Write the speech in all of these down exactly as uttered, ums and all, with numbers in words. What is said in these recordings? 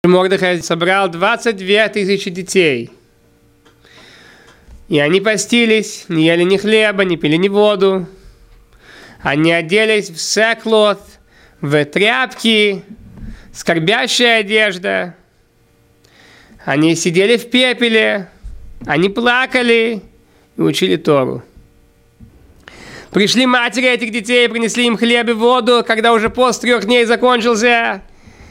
Мордехай собрал двадцать две тысячи детей. И они постились, не ели ни хлеба, не пили ни воду. Они оделись в секлот, в тряпки, скорбящая одежда. Они сидели в пепеле, они плакали и учили Тору. Пришли матери этих детей, принесли им хлеб и воду, когда уже пост трех дней закончился.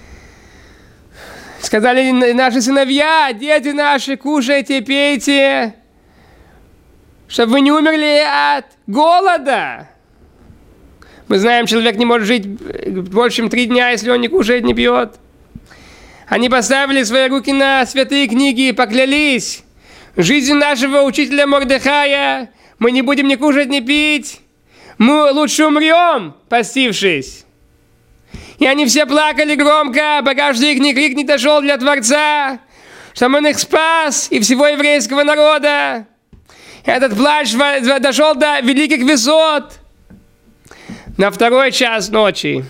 Сказали наши сыновья, дети наши, кушайте, пейте, чтобы вы не умерли от голода. Мы знаем, человек не может жить больше, чем три дня, если он не кушает, не пьет. Они поставили свои руки на святые книги и поклялись: жизнью нашего учителя Мордехая мы не будем ни кушать, ни пить. Мы лучше умрем, постившись. И они все плакали громко, пока что их ни крик не дошел для Творца, чтобы он их спас и всего еврейского народа. Этот плач дошел до великих высот. На второй час ночи,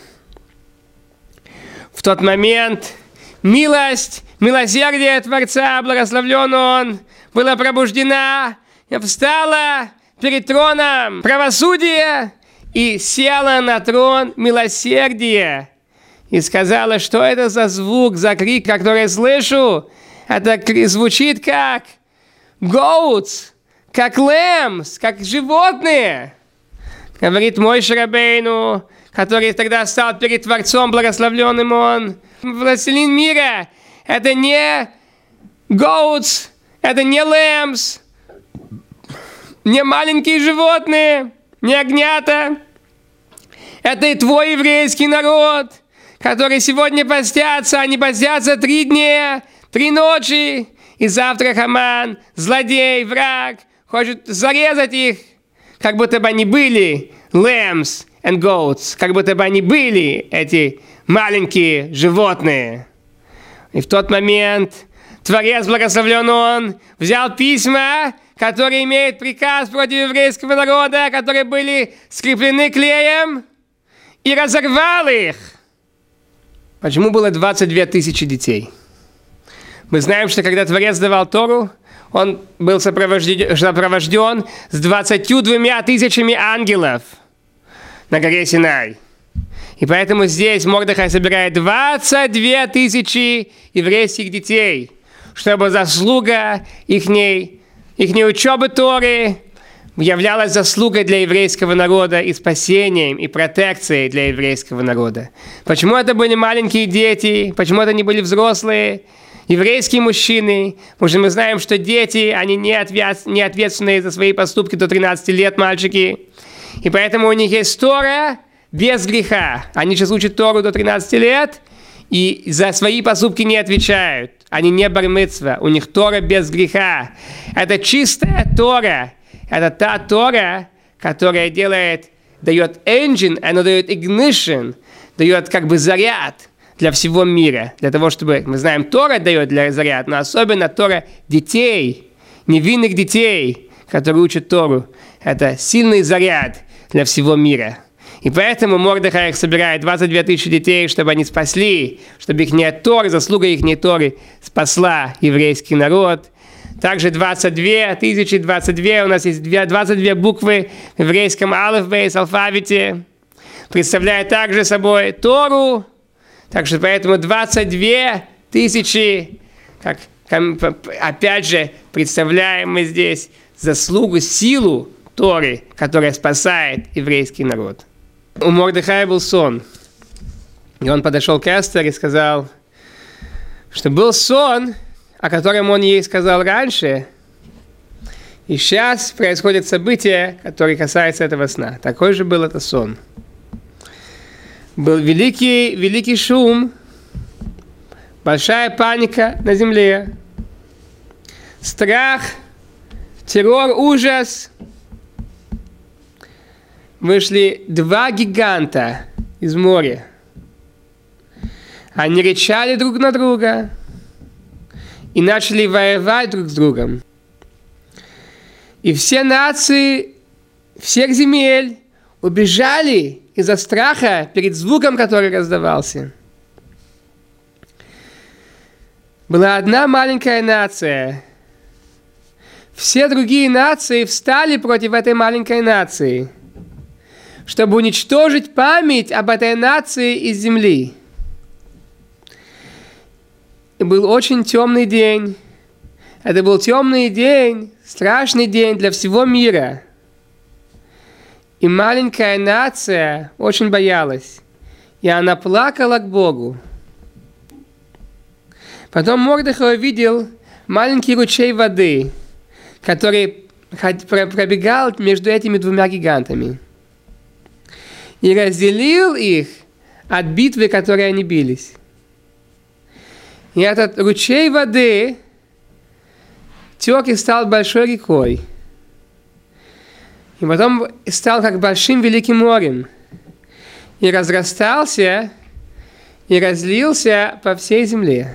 в тот момент, милость, милосердие Творца, благословлен Он, была пробуждена, и встала перед троном правосудия и села на трон милосердия. И сказала, что это за звук, за крик, который я слышу. Это звучит как goats, как lambs, как животные. Говорит Мойше Рабейну, который тогда стал перед Творцом, благословленным он. Властелин мира, это не goats, это не lambs, не маленькие животные, не огнята. Это и твой еврейский народ, которые сегодня постятся. Они постятся три дня, три ночи. И завтра Хаман, злодей, враг, хочет зарезать их, как будто бы они были lambs and goats, как будто бы они были эти маленькие животные. И в тот момент Творец, благословлен он, взял письма, которые имеют приказ против еврейского народа, которые были скреплены клеем, и разорвал их. Почему было двадцать две тысячи детей? Мы знаем, что когда Творец давал Тору, он был сопровожден, сопровожден с двадцатью двумя тысячами ангелов на горе Синай. И поэтому здесь Мордехай собирает двадцать две тысячи еврейских детей, чтобы заслуга ихней, ихней учебы Торы являлась заслугой для еврейского народа и спасением, и протекцией для еврейского народа. Почему это были маленькие дети? Почему это не были взрослые еврейские мужчины? Потому что мы знаем, что дети, они не, ответ, не ответственные за свои поступки до тринадцати лет, мальчики. И поэтому у них есть Тора без греха. Они сейчас учат Тору до тринадцати лет, и за свои поступки не отвечают. Они не бар-мицва, у них Тора без греха. Это чистая Тора. Это та Тора, которая делает, дает engine, она дает ignition, дает как бы заряд для всего мира. Для того, чтобы, мы знаем, Тора дает для заряд, но особенно Тора детей, невинных детей, которые учат Тору. Это сильный заряд для всего мира. И поэтому Мордехай их собирает двадцать две тысячи детей, чтобы они спасли, чтобы их не Тора, заслуга их не Торы спасла еврейский народ. Также двадцать две тысячи, двадцать две, у нас есть двадцать две буквы в еврейском алфавите, алфавите, представляет также собой Тору. Так что поэтому двадцать две тысячи, как, опять же, представляем мы здесь заслугу, силу Торы, которая спасает еврейский народ. У Мордехая был сон, и он подошел к Эстер и сказал, что был сон, о котором он ей сказал раньше, и сейчас происходит событие, которое касается этого сна. Такой же был это сон. Был великий, великий шум, большая паника на земле, страх, террор, ужас. Вышли два гиганта из моря. Они рычали друг на друга и начали воевать друг с другом. И все нации всех земель убежали из-за страха перед звуком, который раздавался. Была одна маленькая нация. Все другие нации встали против этой маленькой нации, чтобы уничтожить память об этой нации из земли. И был очень темный день. Это был темный день, страшный день для всего мира. И маленькая нация очень боялась. И она плакала к Богу. Потом Мордехай увидел маленький ручей воды, который пробегал между этими двумя гигантами. И разделил их от битвы, в которой они бились. И этот ручей воды тек и стал большой рекой. И потом стал как большим великим морем. И разрастался, и разлился по всей земле.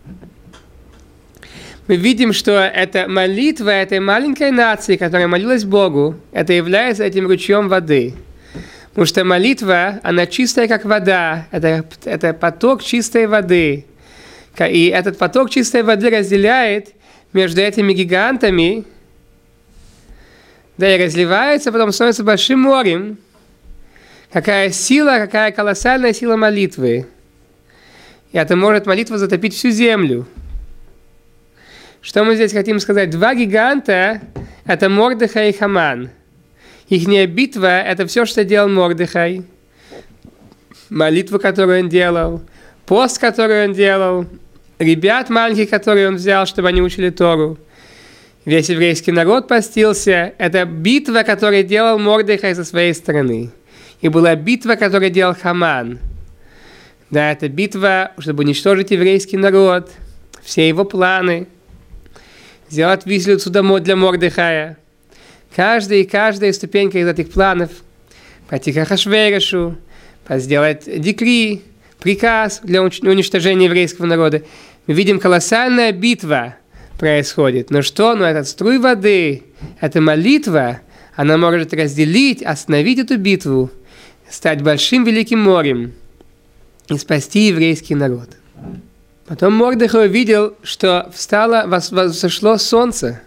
Мы видим, что эта молитва этой маленькой нации, которая молилась Богу, это является этим ручьем воды. Потому что молитва, она чистая, как вода. Это, это поток чистой воды. И этот поток чистой воды разделяет между этими гигантами, да и разливается, потом становится большим морем. Какая сила, какая колоссальная сила молитвы. И это может молитва затопить всю землю. Что мы здесь хотим сказать? Два гиганта – это Мордехай и Хаман. Ихняя битва – это все, что делал Мордехай. Молитву, которую он делал, пост, который он делал, ребят маленьких, которые он взял, чтобы они учили Тору. Весь еврейский народ постился. Это битва, которую делал Мордехай со своей стороны. И была битва, которую делал Хаман. Да, это битва, чтобы уничтожить еврейский народ, все его планы, сделать виселицу для Мордехая. Каждая и каждая ступенька из этих планов, пойти к Ахашверошу, сделать декрет, приказ для уничтожения еврейского народа. Мы видим, колоссальная битва происходит. Но что? Но этот струй воды, эта молитва, она может разделить, остановить эту битву, стать большим великим морем и спасти еврейский народ. Потом Мордехай увидел, что встало, взошло солнце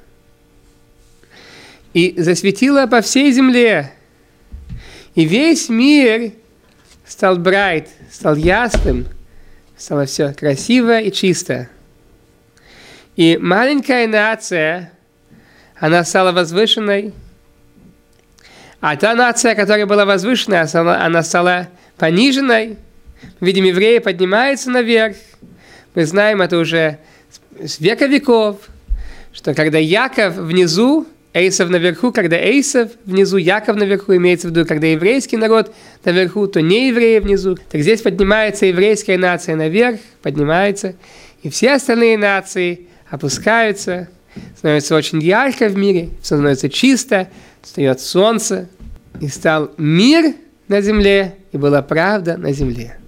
и засветило по всей земле. И весь мир стал брайт, стал ясным, стало все красиво и чисто. И маленькая нация, она стала возвышенной, а та нация, которая была возвышенная, она стала пониженной. Видим, евреи поднимаются наверх. Мы знаем это уже с века веков, что когда Яков внизу, Эйсов наверху, когда Эйсов внизу, Яков наверху, имеется в виду, когда еврейский народ наверху, то не евреи внизу. Так здесь поднимается еврейская нация наверх, поднимается, и все остальные нации опускаются, становится очень ярко в мире, все становится чисто, встает солнце, и стал мир на земле, и была правда на земле.